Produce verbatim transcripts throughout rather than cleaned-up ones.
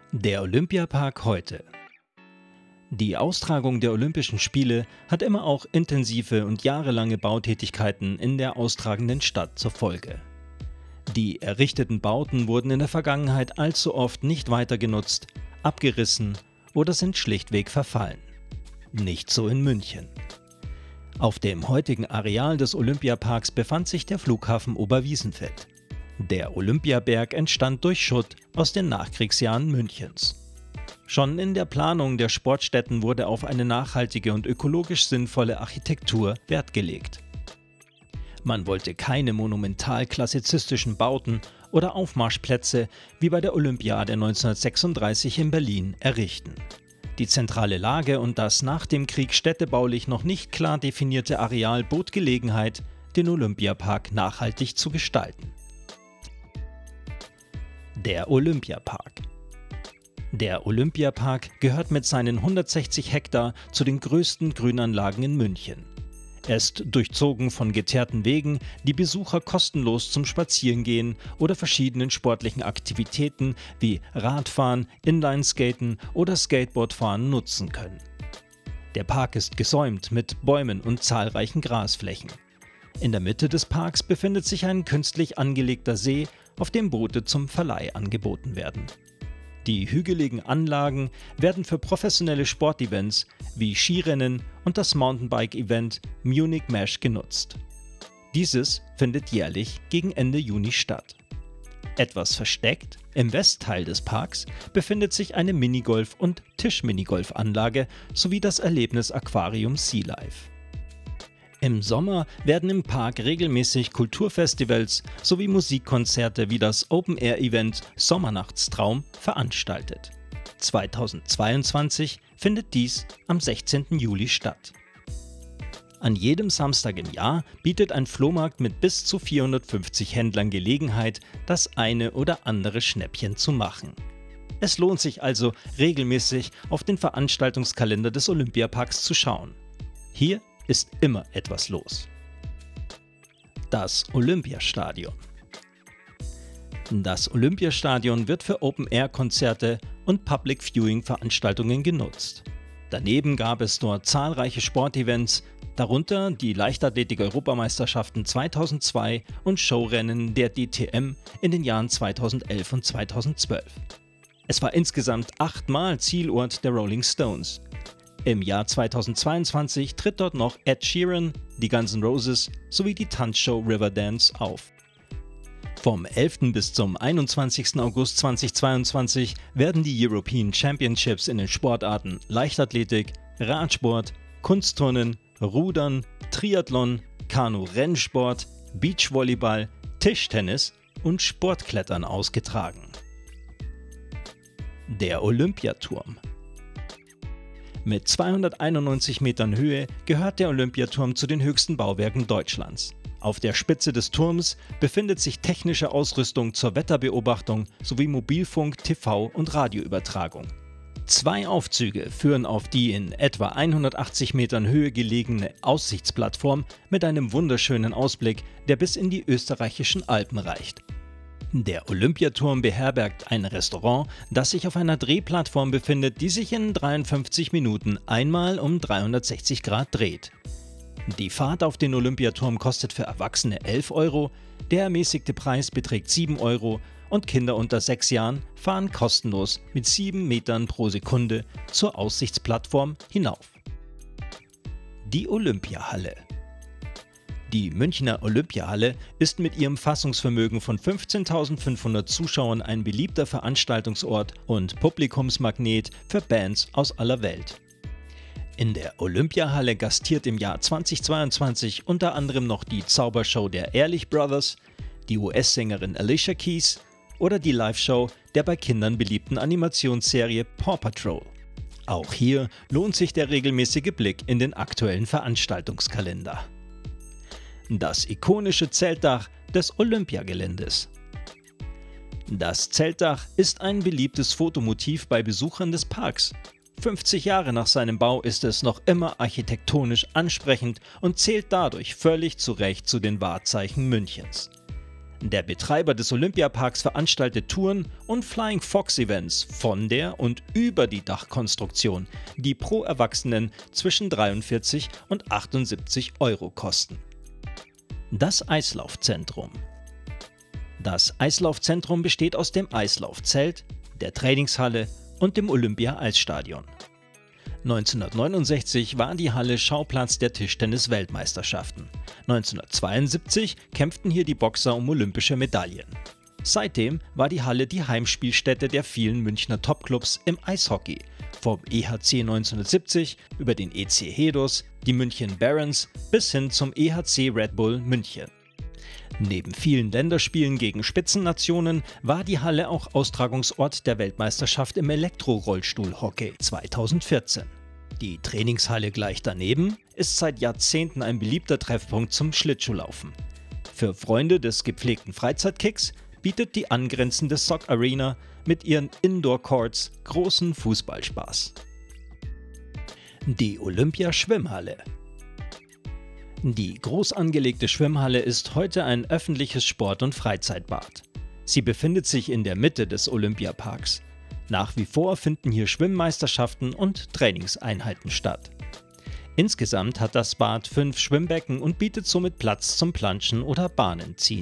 Der Olympiapark heute. Die Austragung der Olympischen Spiele hat immer auch intensive und jahrelange Bautätigkeiten in der austragenden Stadt zur Folge. Die errichteten Bauten wurden in der Vergangenheit allzu oft nicht weiter genutzt, abgerissen oder sind schlichtweg verfallen. Nicht so in München. Auf dem heutigen Areal des Olympiaparks befand sich der Flughafen Oberwiesenfeld. Der Olympiaberg entstand durch Schutt aus den Nachkriegsjahren Münchens. Schon in der Planung der Sportstätten wurde auf eine nachhaltige und ökologisch sinnvolle Architektur Wert gelegt. Man wollte keine monumental-klassizistischen Bauten oder Aufmarschplätze wie bei der Olympiade neunzehnhundertsechsunddreißig in Berlin errichten. Die zentrale Lage und das nach dem Krieg städtebaulich noch nicht klar definierte Areal bot Gelegenheit, den Olympiapark nachhaltig zu gestalten. Der Olympiapark. Der Olympiapark gehört mit seinen hundertsechzig Hektar zu den größten Grünanlagen in München. Er ist durchzogen von geteerten Wegen, die Besucher kostenlos zum Spazierengehen oder verschiedenen sportlichen Aktivitäten wie Radfahren, Inlineskaten oder Skateboardfahren nutzen können. Der Park ist gesäumt mit Bäumen und zahlreichen Grasflächen. In der Mitte des Parks befindet sich ein künstlich angelegter See, auf dem Boote zum Verleih angeboten werden. Die hügeligen Anlagen werden für professionelle Sportevents wie Skirennen und das Mountainbike-Event Munich Mesh genutzt. Dieses findet jährlich gegen Ende Juni statt. Etwas versteckt, im Westteil des Parks, befindet sich eine Minigolf- und Tischminigolfanlage sowie das Erlebnisaquarium Sea Life. Im Sommer werden im Park regelmäßig Kulturfestivals sowie Musikkonzerte wie das Open-Air-Event Sommernachtstraum veranstaltet. zweitausendzweiundzwanzig findet dies am sechzehnten Juli statt. An jedem Samstag im Jahr bietet ein Flohmarkt mit bis zu vierhundertfünfzig Händlern Gelegenheit, das eine oder andere Schnäppchen zu machen. Es lohnt sich also, regelmäßig auf den Veranstaltungskalender des Olympiaparks zu schauen. Hier ist immer etwas los. Das Olympiastadion. Das Olympiastadion wird für Open-Air-Konzerte und Public-Viewing-Veranstaltungen genutzt. Daneben gab es dort zahlreiche Sportevents, darunter die Leichtathletik-Europameisterschaften zweitausendzwei und Showrennen der D T M in den Jahren zweitausendelf und zweitausendzwölf. Es war insgesamt achtmal Zielort der Rolling Stones. Im Jahr zweitausendzweiundzwanzig tritt dort noch Ed Sheeran, die Guns N' Roses sowie die Tanzshow Riverdance auf. Vom elften bis zum einundzwanzigsten August zweitausendzweiundzwanzig werden die European Championships in den Sportarten Leichtathletik, Radsport, Kunstturnen, Rudern, Triathlon, Kanu-Rennsport, Beachvolleyball, Tischtennis und Sportklettern ausgetragen. Der Olympiaturm. Mit zweihunderteinundneunzig Metern Höhe gehört der Olympiaturm zu den höchsten Bauwerken Deutschlands. Auf der Spitze des Turms befindet sich technische Ausrüstung zur Wetterbeobachtung sowie Mobilfunk-, T V- und Radioübertragung. Zwei Aufzüge führen auf die in etwa hundertachtzig Metern Höhe gelegene Aussichtsplattform mit einem wunderschönen Ausblick, der bis in die österreichischen Alpen reicht. Der Olympiaturm beherbergt ein Restaurant, das sich auf einer Drehplattform befindet, die sich in dreiundfünfzig Minuten einmal um dreihundertsechzig Grad dreht. Die Fahrt auf den Olympiaturm kostet für Erwachsene elf Euro, der ermäßigte Preis beträgt sieben Euro und Kinder unter sechs Jahren fahren kostenlos mit sieben Metern pro Sekunde zur Aussichtsplattform hinauf. Die Olympiahalle. Die Münchner Olympiahalle ist mit ihrem Fassungsvermögen von fünfzehntausendfünfhundert Zuschauern ein beliebter Veranstaltungsort und Publikumsmagnet für Bands aus aller Welt. In der Olympiahalle gastiert im Jahr zweitausendzweiundzwanzig unter anderem noch die Zaubershow der Ehrlich Brothers, die U S-Sängerin Alicia Keys oder die Live-Show der bei Kindern beliebten Animationsserie Paw Patrol. Auch hier lohnt sich der regelmäßige Blick in den aktuellen Veranstaltungskalender. Das ikonische Zeltdach des Olympiageländes. Das Zeltdach ist ein beliebtes Fotomotiv bei Besuchern des Parks. fünfzig Jahre nach seinem Bau ist es noch immer architektonisch ansprechend und zählt dadurch völlig zu Recht zu den Wahrzeichen Münchens. Der Betreiber des Olympiaparks veranstaltet Touren und Flying Fox Events von der und über die Dachkonstruktion, die pro Erwachsenen zwischen dreiundvierzig und achtundsiebzig Euro kosten. Das Eislaufzentrum. Das Eislaufzentrum besteht aus dem Eislaufzelt, der Trainingshalle und dem Olympia-Eisstadion. neunzehnhundertneunundsechzig war die Halle Schauplatz der Tischtennis-Weltmeisterschaften. neunzehnhundertzweiundsiebzig kämpften hier die Boxer um olympische Medaillen. Seitdem war die Halle die Heimspielstätte der vielen Münchner Topclubs im Eishockey, vom E H C neunzehnhundertsiebzig über den E C Hedus, die München Barons bis hin zum E H C Red Bull München. Neben vielen Länderspielen gegen Spitzennationen war die Halle auch Austragungsort der Weltmeisterschaft im Elektrorollstuhlhockey zweitausendvierzehn. Die Trainingshalle gleich daneben ist seit Jahrzehnten ein beliebter Treffpunkt zum Schlittschuhlaufen. Für Freunde des gepflegten Freizeitkicks bietet die angrenzende Sock Arena mit ihren Indoor-Courts großen Fußballspaß. Die Olympia-Schwimmhalle. Die groß angelegte Schwimmhalle ist heute ein öffentliches Sport- und Freizeitbad. Sie befindet sich in der Mitte des Olympiaparks. Nach wie vor finden hier Schwimmmeisterschaften und Trainingseinheiten statt. Insgesamt hat das Bad fünf Schwimmbecken und bietet somit Platz zum Planschen oder Bahnenziehen.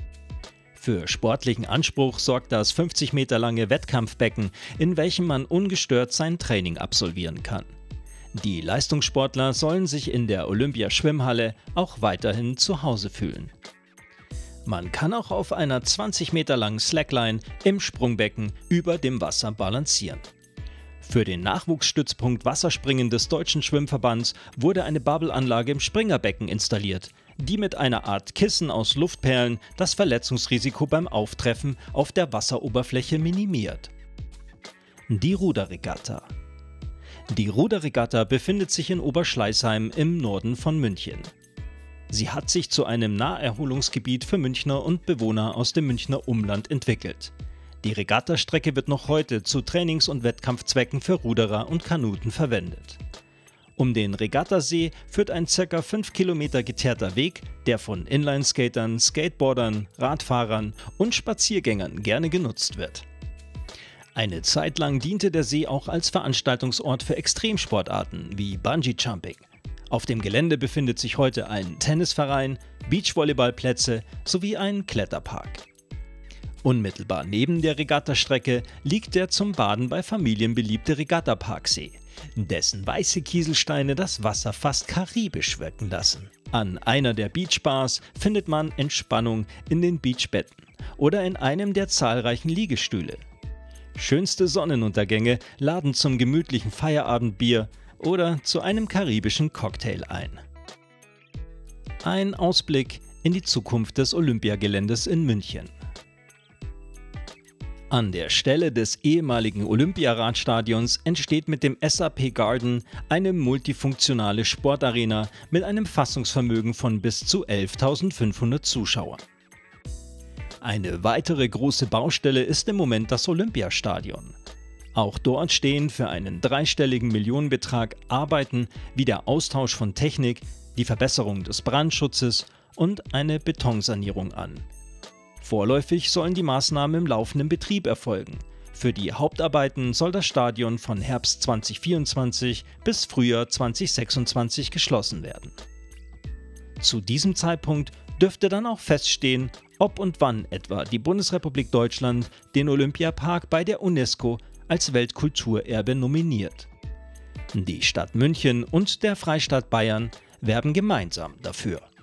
Für sportlichen Anspruch sorgt das fünfzig Meter lange Wettkampfbecken, in welchem man ungestört sein Training absolvieren kann. Die Leistungssportler sollen sich in der Olympia-Schwimmhalle auch weiterhin zu Hause fühlen. Man kann auch auf einer zwanzig Meter langen Slackline im Sprungbecken über dem Wasser balancieren. Für den Nachwuchsstützpunkt Wasserspringen des Deutschen Schwimmverbands wurde eine Bubbleanlage im Springerbecken installiert, die mit einer Art Kissen aus Luftperlen das Verletzungsrisiko beim Auftreffen auf der Wasseroberfläche minimiert. Die Ruderregatta. Die Ruderregatta befindet sich in Oberschleißheim im Norden von München. Sie hat sich zu einem Naherholungsgebiet für Münchner und Bewohner aus dem Münchner Umland entwickelt. Die Regattastrecke wird noch heute zu Trainings- und Wettkampfzwecken für Ruderer und Kanuten verwendet. Um den Regattasee führt ein ca. fünf Kilometer geteerter Weg, der von Inlineskatern, Skateboardern, Radfahrern und Spaziergängern gerne genutzt wird. Eine Zeit lang diente der See auch als Veranstaltungsort für Extremsportarten wie Bungee-Jumping. Auf dem Gelände befindet sich heute ein Tennisverein, Beachvolleyballplätze sowie ein Kletterpark. Unmittelbar neben der Regattastrecke liegt der zum Baden bei Familien beliebte Regattaparksee, dessen weiße Kieselsteine das Wasser fast karibisch wirken lassen. An einer der Beachbars findet man Entspannung in den Beachbetten oder in einem der zahlreichen Liegestühle. Schönste Sonnenuntergänge laden zum gemütlichen Feierabendbier oder zu einem karibischen Cocktail ein. Ein Ausblick in die Zukunft des Olympiageländes in München. An der Stelle des ehemaligen Olympiaradstadions entsteht mit dem S A P Garden eine multifunktionale Sportarena mit einem Fassungsvermögen von bis zu elftausendfünfhundert Zuschauern. Eine weitere große Baustelle ist im Moment das Olympiastadion. Auch dort stehen für einen dreistelligen Millionenbetrag Arbeiten wie der Austausch von Technik, die Verbesserung des Brandschutzes und eine Betonsanierung an. Vorläufig sollen die Maßnahmen im laufenden Betrieb erfolgen. Für die Hauptarbeiten soll das Stadion von Herbst zweitausendvierundzwanzig bis Frühjahr zweitausendsechsundzwanzig geschlossen werden. Zu diesem Zeitpunkt dürfte dann auch feststehen, ob und wann etwa die Bundesrepublik Deutschland den Olympiapark bei der UNESCO als Weltkulturerbe nominiert. Die Stadt München und der Freistaat Bayern werben gemeinsam dafür.